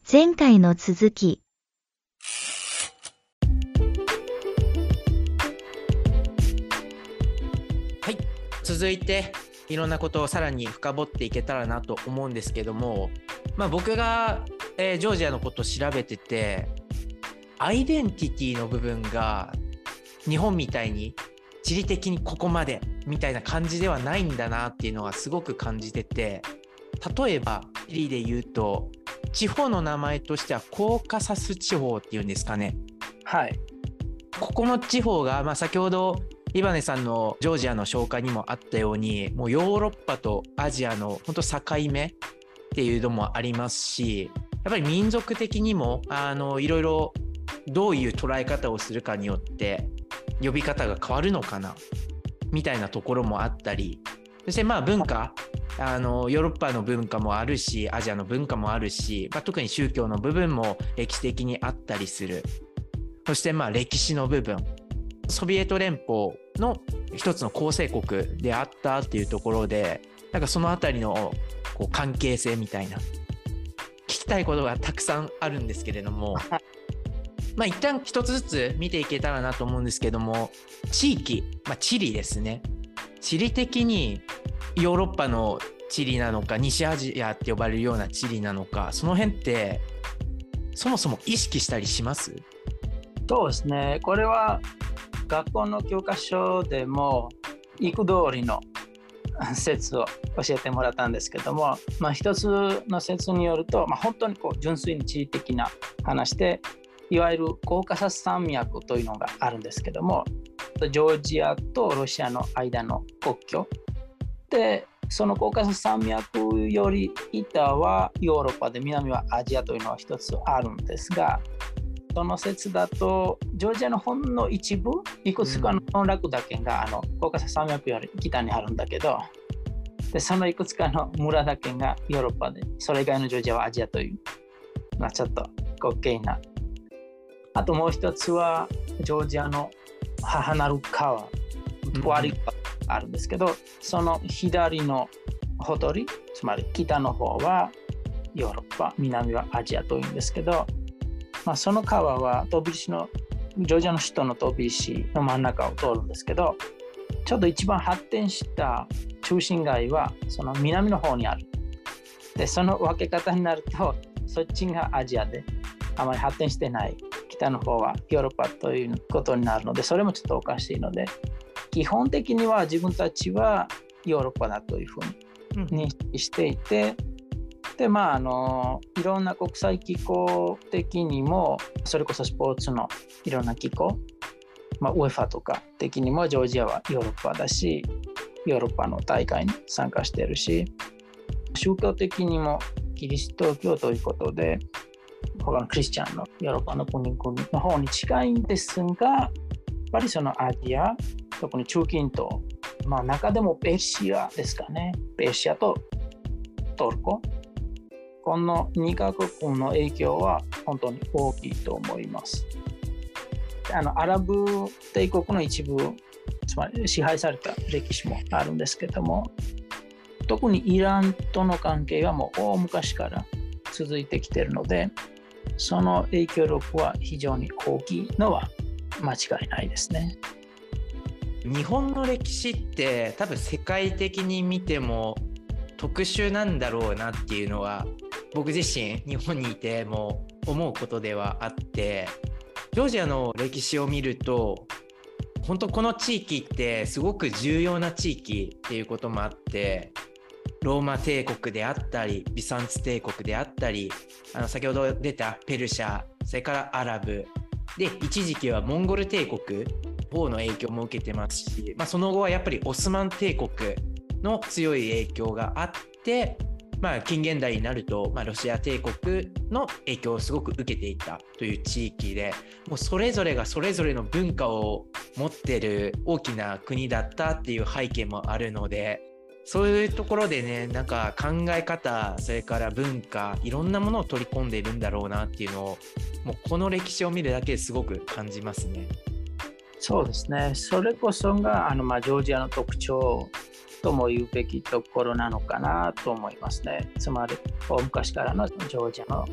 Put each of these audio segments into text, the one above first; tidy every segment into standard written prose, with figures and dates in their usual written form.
前回の続き。 はい、続いていろんなことをさらに深掘っていけたらなと思うんですけども、僕が、ジョージアのことを調べてて、アイデンティティの部分が日本みたいに地理的にここまでみたいな感じではないんだなっていうのはすごく感じてて、例えばチリで言うと地方の名前としてはコーカサス地方っていうんですかね。 はい。 ここの地方が、先ほどイバネさんのジョージアの紹介にもあったように、もうヨーロッパとアジアの本当境目っていうのもありますし、やっぱり民族的にもいろいろどういう捉え方をするかによって呼び方が変わるのかなみたいなところもあったり、そして文化、ヨーロッパの文化もあるし、アジアの文化もあるし、特に宗教の部分も歴史的にあったりする。そして歴史の部分、ソビエト連邦の一つの構成国であったっていうところで、なんかそのあたりのこう関係性みたいな、聞きたいことがたくさんあるんですけれども、一旦一つずつ見ていけたらなと思うんですけども、地域、チリですね。地理的にヨーロッパのチリなのか、西アジアって呼ばれるようなチリなのか、その辺ってそもそも意識したりします？ そうですね。これは学校の教科書でも幾通りの説を教えてもらったんですけども、一つの説によると、本当に純粋に地理的な話で、いわゆるコーカサス山脈というのがあるんですけども、ジョージアとロシアの間の国境で、そのコーカサス山脈より北はヨーロッパで、南はアジアというのは一つあるんですが、その説だとジョージアのほんの一部、いくつかのラクダ県がコーカサス山脈より北にあるんだけど、でそのいくつかの村だけがヨーロッパで、それ以外のジョージアはアジアという、ちょっと滑稽な。あともう一つはジョージアの母なる川、プアリ川があるんですけど、その左のほとり、つまり北の方はヨーロッパ、南はアジアというんですけど、その川はジョージアの首都のトビリシの真ん中を通るんですけど、ちょっと一番発展した中心街はその南の方にある。でその分け方になると、そっちがアジアであまり発展してない、北の方はヨーロッパということになるので、それもちょっとおかしいので、基本的には自分たちはヨーロッパだというふうに認識していて、でいろんな国際機構的にも、それこそスポーツのいろんな機構、ウエファとか的にもジョージアはヨーロッパだし、ヨーロッパの大会に参加しているし、宗教的にもキリスト教ということで、他のクリスチャンのヨーロッパの国々の方に近いんですが、やっぱりそのアジア、特に中近東、中でもペルシアですかね、ペルシアとトルコ、この2カ国の影響は本当に大きいと思います。アラブ帝国の一部、つまり支配された歴史もあるんですけども、特にイランとの関係はもう大昔から続いてきているので、その影響力は非常に大きいのは間違いないですね。 日本の歴史って多分世界的に見ても特殊なんだろうなっていうのは、僕自身日本にいても思うことではあって、ジョージアの歴史を見ると、本当この地域ってすごく重要な地域っていうこともあって、ローマ帝国であったり、ビサンツ帝国であったり、先ほど出たペルシャ、それからアラブで、一時期はモンゴル帝国方の影響も受けてますし、その後はやっぱりオスマン帝国の強い影響があって、近現代になると、ロシア帝国の影響をすごく受けていたという地域で、もうそれぞれがそれぞれの文化を持ってる大きな国だったっていう背景もあるので、そういうところでね、なんか考え方、それから文化、いろんなものを取り込んでいるんだろうなっていうのを、もうこの歴史を見るだけですごく感じますね。 そうですね。それこそがジョージアの特徴とも言うべきところなのかなと思いますね。つまり大昔からのジョージアの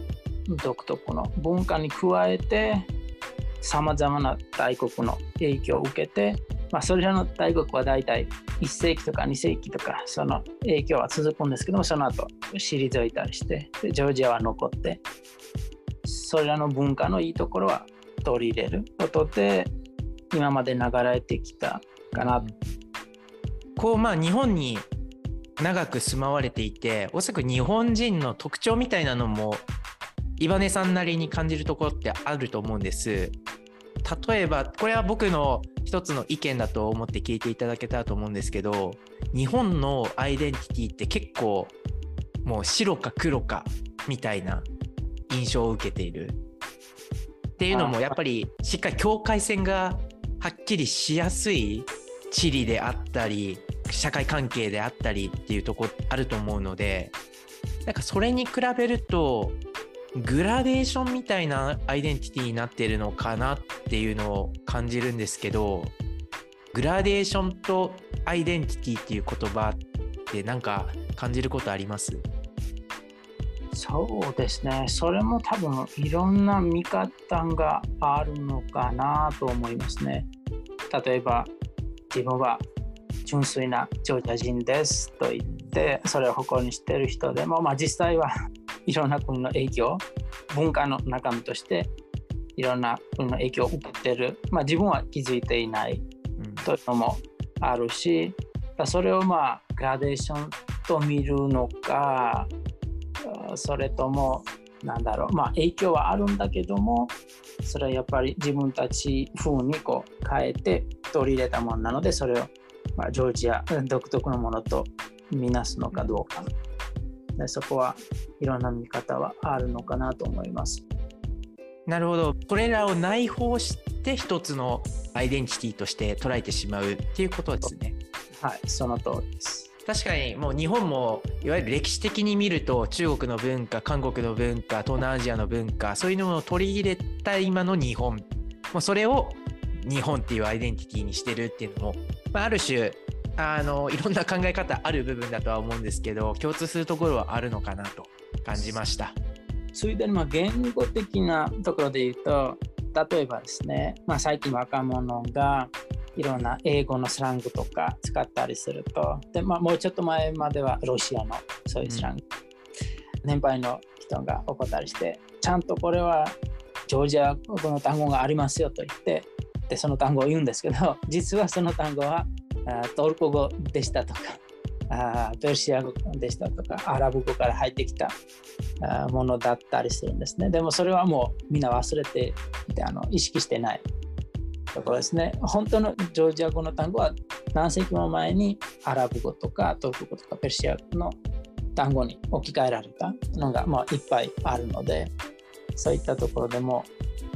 独特の文化に加えてさまざまな大国の影響を受けて、それらの大国はだいたい1世紀とか2世紀とかその影響は続くんですけども、その後退いたりしてジョージアは残って、それらの文化のいいところは取り入れることで今まで流れてきたかな。 日本に長く住まわれていて、おそらく日本人の特徴みたいなのもイバネさんなりに感じるところってあると思うんです。例えばこれは僕の一つの意見だと思って聞いていただけたらと思うんですけど、日本のアイデンティティって結構もう白か黒かみたいな印象を受けているっていうのも、やっぱりしっかり境界線がはっきりしやすい地理であったり社会関係であったりっていうところあると思うので、なんかそれに比べるとグラデーションみたいなアイデンティティになっているのかなっていうのを感じるんですけど、グラデーションとアイデンティティっていう言葉ってなんか感じることあります？ そうですね、それも多分いろんな見方があるのかなと思いますね。例えば自分は純粋なジョージア人ですと言ってそれを誇りにしている人でも、実際はいろんな国の影響、文化の中身としていろんな国の影響を受けている、自分は気づいていないというのもあるし、それをグラデーションと見るのか、それとも影響はあるんだけども、それはやっぱり自分たち風に変えて取り入れたものなので、それをジョージア独特のものとみなすのかどうかで、そこはいろんな見方はあるのかなと思います。 なるほど。これらを内包して一つのアイデンティティとして捉えてしまうっていうことですね。 はい、その通りです。 確かにもう日本もいわゆる歴史的に見ると中国の文化、韓国の文化、東南アジアの文化、そういうのを取り入れた今の日本、もうそれを日本っていうアイデンティティにしてるっていうのも、ある種いろんな考え方ある部分だとは思うんですけど、共通するところはあるのかなと感じました。 ついでに言語的なところで言うと、例えばですね、最近若者がいろんな英語のスラングとか使ったりすると、で、もうちょっと前まではロシアのそういうスラング、年配の人が怒ったりして、ちゃんとこれはジョージア語の単語がありますよと言って、でその単語を言うんですけど、実はその単語はトルコ語でしたとかペルシア語でしたとかアラブ語から入ってきたものだったりするんですね。でもそれはもうみんな忘れていて意識してないところですね。本当のジョージア語の単語は何世紀も前にアラブ語とかトルコ語とかペルシア語の単語に置き換えられたのがいっぱいあるので、そういったところでも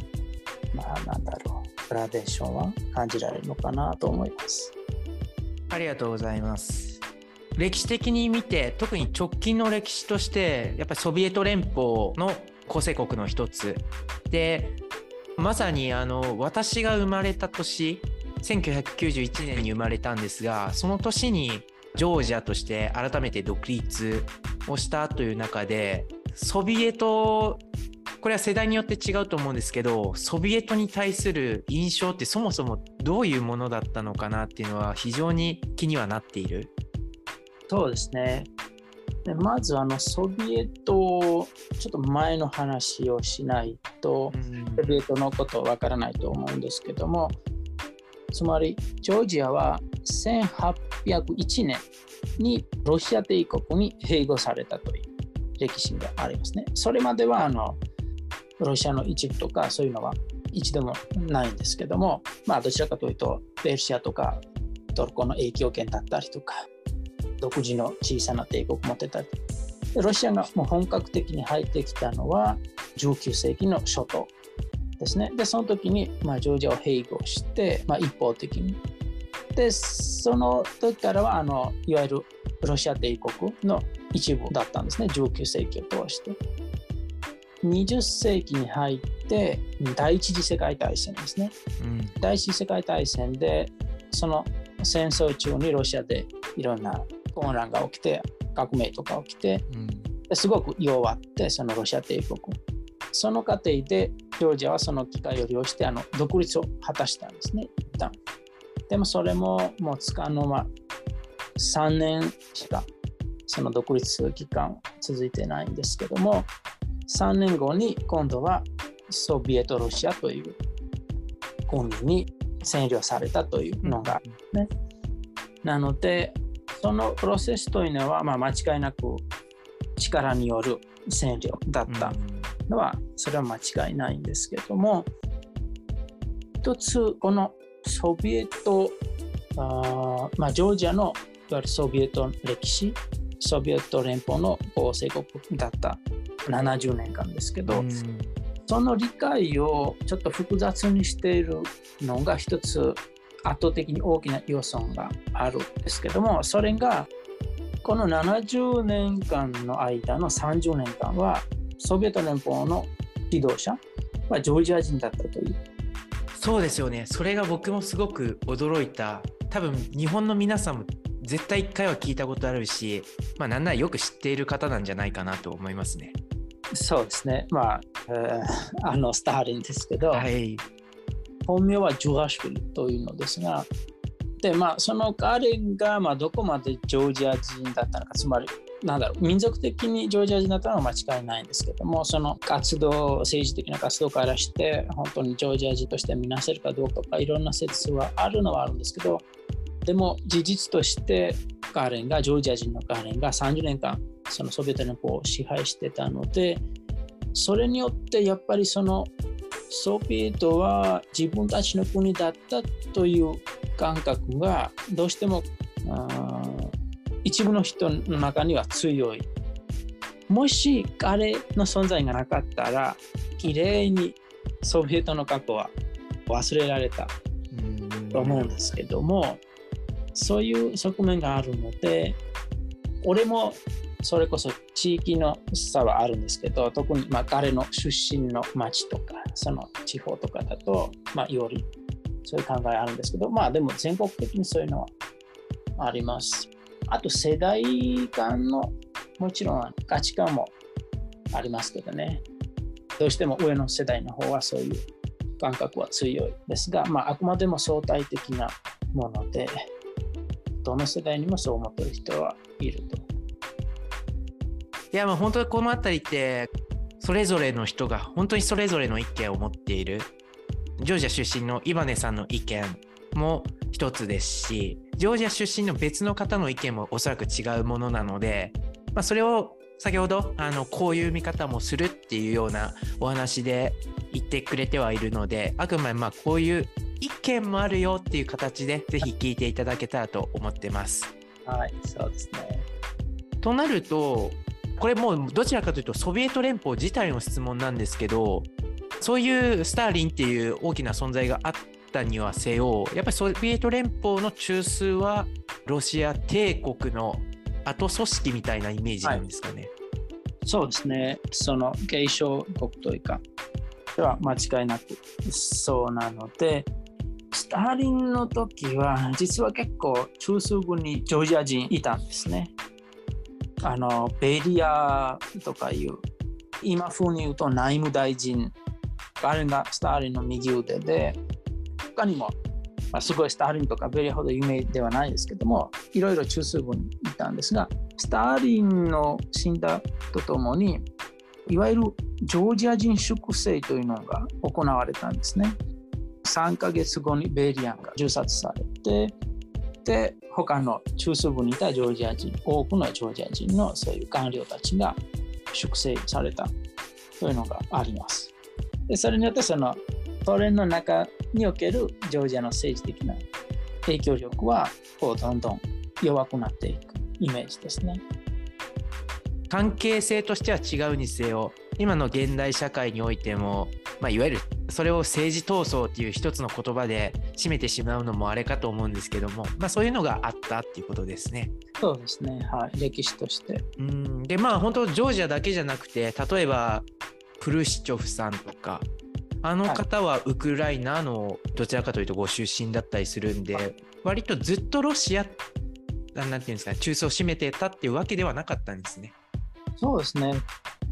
グラデーションは感じられるのかなと思います。 ありがとうございます。歴史的に見て、特に直近の歴史としてやっぱりソビエト連邦の構成国の一つで、まさに私が生まれた年1991年に生まれたんですが、その年にジョージアとして改めて独立をしたという中で、ソビエト、これは世代によって違うと思うんですけど、ソビエトに対する印象ってそもそもどういうものだったのかなっていうのは非常に気にはなっている。 そうですね。でまずソビエト、ちょっと前の話をしないと、ソビエトのことわからないと思うんですけども、つまりジョージアは1801年にロシア帝国に併合されたという歴史がありますね。それまではロシアの一部とかそういうのは一度もないんですけども、どちらかというとペルシアとかトルコの影響圏だったりとか、独自の小さな帝国を持ってたり、ロシアがもう本格的に入ってきたのは19世紀の初頭ですね。でその時にジョージアを併合して、一方的に、でその時からはいわゆるロシア帝国の一部だったんですね、19世紀を通して。20世紀に入って第一次世界大戦ですね、第一次世界大戦でその戦争中にロシアでいろんな混乱が起きて、革命とか起きて、すごく弱って、そのロシア帝国その過程でジョージアはその機会を利用して独立を果たしたんですね、一旦。でもそれももうつかの間3年しかその独立期間続いてないんですけども、3年後に今度はソビエトロシアという国に占領されたというのがね、なのでそのプロセスというのは間違いなく力による占領だったのはそれは間違いないんですけども、一つこのソビエトジョージアのいわゆるソビエト歴史、ソビエト連邦の構成国だった70年間ですけど、その理解をちょっと複雑にしているのが一つ圧倒的に大きな要素があるんですけども、それがこの70年間の間の30年間はソビエト連邦の指導者はジョージア人だったという。 そうですよね。それが僕もすごく驚いた。多分日本の皆さんも絶対1回は聞いたことあるし、なんならよく知っている方なんじゃないかなと思いますね。 そうですね。スターリンですけど、 はい、 本名はジュラシュビリというのですが、でその彼がどこまでジョージア人だったのか、つまり民族的にジョージア人だったのは間違いないんですけども、その政治的な活動からして本当にジョージア人として見なせるかどうかとかいろんな説はあるのはあるんですけど、でも事実としてジョージア人のカレンが30年間そのソビエト連邦を支配してたので、それによってやっぱりそのソビエトは自分たちの国だったという感覚がどうしても一部の人の中には強い。もし彼の存在がなかったらきれいにソビエトの過去は忘れられたと思うんですけども、そういう側面があるので、俺もそれこそ地域の差はあるんですけど、特に彼の出身の町とかその地方とかだとよりそういう考えあるんですけど、でも全国的にそういうのはあります。あと世代間のもちろん価値観もありますけどね、どうしても上の世代の方はそういう感覚は強いですが、あくまでも相対的なもので、どの世代にもそう思っている人はいると。 いや本当にこのあたりってそれぞれの人が本当にそれぞれの意見を持っている。ジョージア出身のイバネさんの意見も一つですし、ジョージア出身の別の方の意見もおそらく違うものなので、それを先ほどこういう見方もするっていうようなお話で言ってくれてはいるので、あくまでこういう意見もあるよっていう形でぜひ聞いていただけたらと思ってます。 はい、そうですね。 となるとこれもうどちらかというとソビエト連邦自体の質問なんですけど、そういうスターリンっていう大きな存在があったにはせよ、やっぱりソビエト連邦の中枢はロシア帝国の後組織みたいなイメージなんですかね。 そうですね。その継承国というかでは間違いなくそうなので、スターリンの時は実は結構中枢部にジョージア人いたんですね。ベリアとかいう今風に言うと内務大臣、彼がスターリンの右腕で、他にも、すごいスターリンとかベリアほど有名ではないですけども、いろいろ中枢部にいたんですが、スターリンの死んだとともにいわゆるジョージア人粛清というのが行われたんですね。3ヶ月後にベリアンが銃殺されて、で他の中枢部にいたジョージア人、多くのジョージア人のそういう官僚たちが粛清されたというのがあります。でそれによってそのソ連の中におけるジョージアの政治的な影響力はどんどん弱くなっていくイメージですね。 関係性としては違うにせよ、今の現代社会においても、いわゆるそれを政治闘争っていう一つの言葉で締めてしまうのもあれかと思うんですけども、そういうのがあったっていうことですね。 そうですね、はい、歴史として。 で本当ジョージアだけじゃなくて、例えばプルシチョフさんとか方はウクライナのどちらかというとご出身だったりするんで、割とずっとロシアなんていうんですか、中枢を占めてたっていうわけではなかったんですね。 そうですね。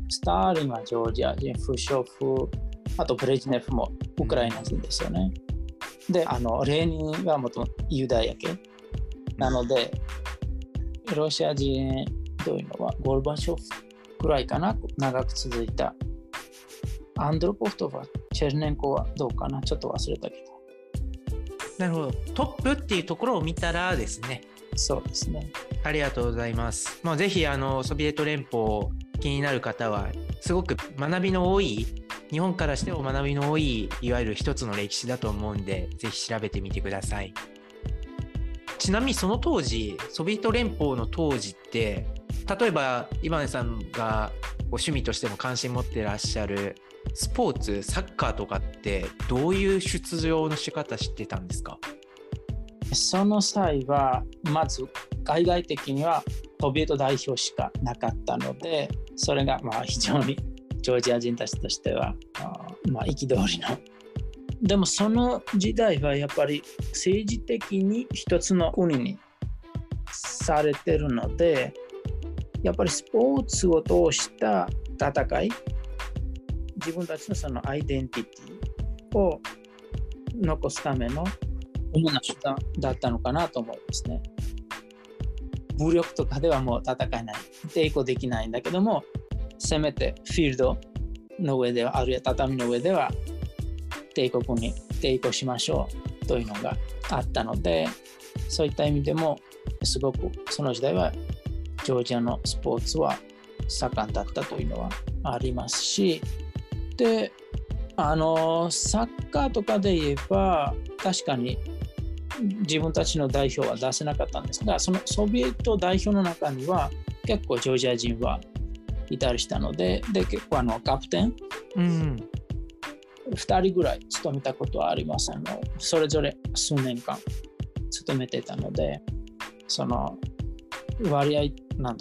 スターリンはジョージア人、フショフ、あとブレジネフもウクライナ人ですよね。で、レーニンはもともとユダヤ系なので、ロシア人というのはゴルバチョフくらいかな、長く続いた。アンドロポフとかチェルネンコはどうかな、ちょっと忘れたけど。 なるほど。トップっていうところを見たらですね。 そうですね。 ありがとうございます。まあ、ぜひソビエト連邦気になる方はすごく学びの多い、日本からしても学びの多いいわゆる一つの歴史だと思うんで、ぜひ調べてみてください。ちなみにその当時、ソビエト連邦の当時って例えばイバネさんが趣味としても関心持ってらっしゃるスポーツ、サッカーとかってどういう出場の仕方してたんですか？ その際はまず海外的にはソビエト代表しかなかったので、それが非常にジョージア人たちとしては憤りの。でもその時代はやっぱり政治的に一つの国にされてるので、やっぱりスポーツを通した戦い、自分たちのそのアイデンティティを残すための主な手段だったのかなと思いますね。武力とかではもう戦えない、抵抗できないんだけども、せめてフィールドの上では、あるいは畳の上では帝国に抵抗しましょうというのがあったので、そういった意味でもすごくその時代はジョージアのスポーツは盛んだったというのはありますし、でサッカーとかで言えば確かに自分たちの代表は出せなかったんですが、そのソビエト代表の中には結構ジョージア人はいたりしたので、結構キャプテン、2人ぐらい務めたことはあります。それぞれ数年間務めてたので、その割合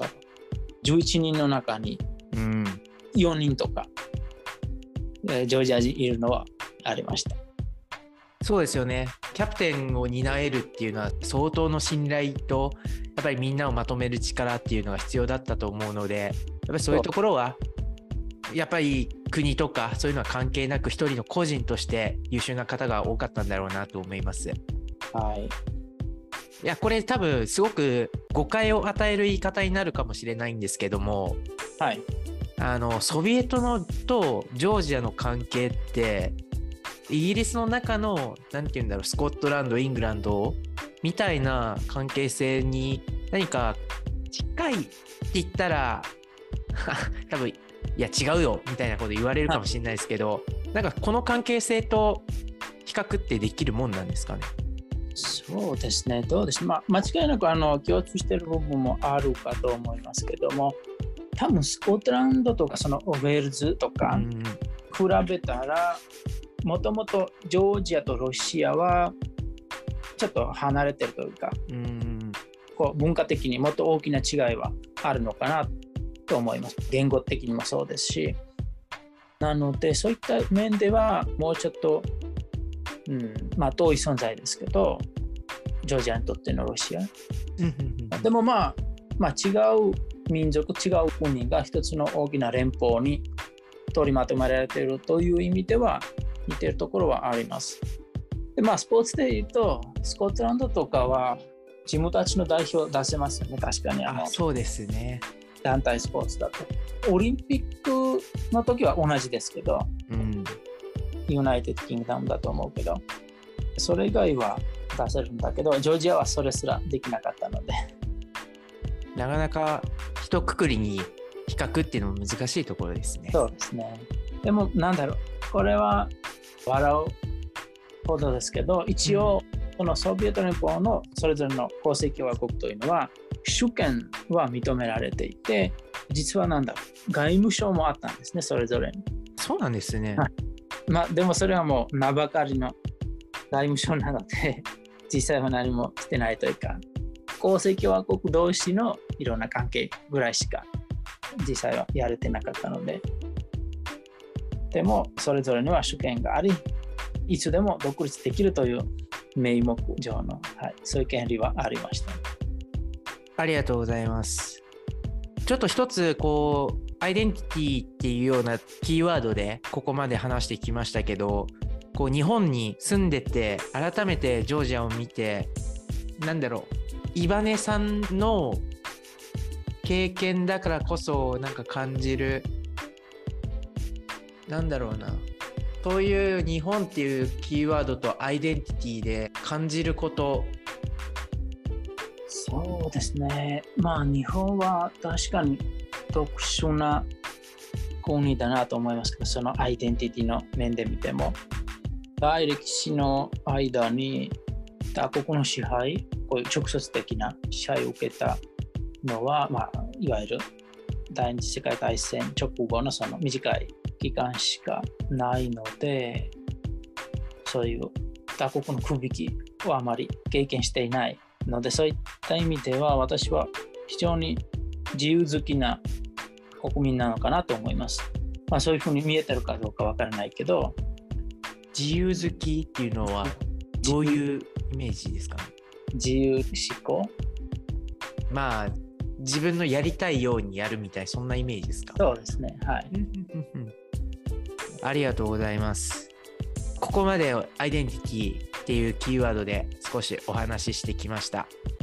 11人の中に4人とか、ジョージア人いるのはありました。 そうですよね。キャプテンを担えるっていうのは相当の信頼と、やっぱりみんなをまとめる力っていうのが必要だったと思うので、やっぱりそういうところはやっぱり国とかそういうのは関係なく一人の個人として優秀な方が多かったんだろうなと思います。 はい。 いや、これ多分すごく誤解を与える言い方になるかもしれないんですけども、 はい、 ソビエトのとジョージアの関係ってイギリスの中のなんていうんだろう、スコットランド、イングランドみたいな関係性に何か近いって言ったら多分いや違うよみたいなこと言われるかもしれないですけど、なんかこの関係性と比較ってできるもんなんですかね？ そうですね、どうです、間違いなく共通している部分もあるかと思いますけども、多分スコットランドとかそのウェールズとか比べたら、もともとジョージアとロシアはちょっと離れてるというか、こう文化的にもっと大きな違いはあるのかなと思います。言語的にもそうですし、なのでそういった面ではもうちょっと、遠い存在ですけど、ジョージアにとってのロシアでも違う民族、違う国が一つの大きな連邦に取りまとめられているという意味では似ているところはあります。でスポーツで言うとスコットランドとかは自分たちの代表を出せますよね。確かにそうですね。 団体スポーツだとオリンピックの時は同じですけど、ユナイテッドキングダムだと思うけど、それ以外は出せるんだけど、ジョージアはそれすらできなかったので、 なかなか一括りに比較っていうのも難しいところですね。 そうですね。でもこれは笑うほどですけど、一応このソビエト連邦のそれぞれの構成共和国というのは主権は認められていて、実は外務省もあったんですね、それぞれに。 そうなんですね。 でもそれはもう名ばかりの外務省なので実際は何もしてないというか、構成共和国同士のいろんな関係ぐらいしか実際はやれてなかったので、でもそれぞれには主権があり、いつでも独立できるという名目上の、そういう権利はありました。 ありがとうございます。ちょっと一つアイデンティティっていうようなキーワードでここまで話してきましたけど、こう日本に住んでて改めてジョージアを見て、なんだろう、イバネさんの経験だからこそなんか感じる、なんだろうな、そういう日本っていうキーワードとアイデンティティで感じること。 そうですね。まあ日本は確かに特殊な国だなと思いますけど、そのアイデンティティの面で見ても、大歴史の間に他国の支配、こういう直接的な支配を受けたのは、まあ、いわゆる第二次世界大戦直後のその短い期間しかないので、そういう他国の空引きをあまり経験していないので、そういった意味では私は非常に自由好きな国民なのかなと思います。まあ、そういうふうに見えてるかどうかわからないけど、 自由好きっていうのはどういうイメージですかね。 自由思考。 まあ自分のやりたいようにやるみたい、そんなイメージですか。 そうですね。はい。 ありがとうございます。ここまでアイデンティティっていうキーワードで少しお話ししてきました。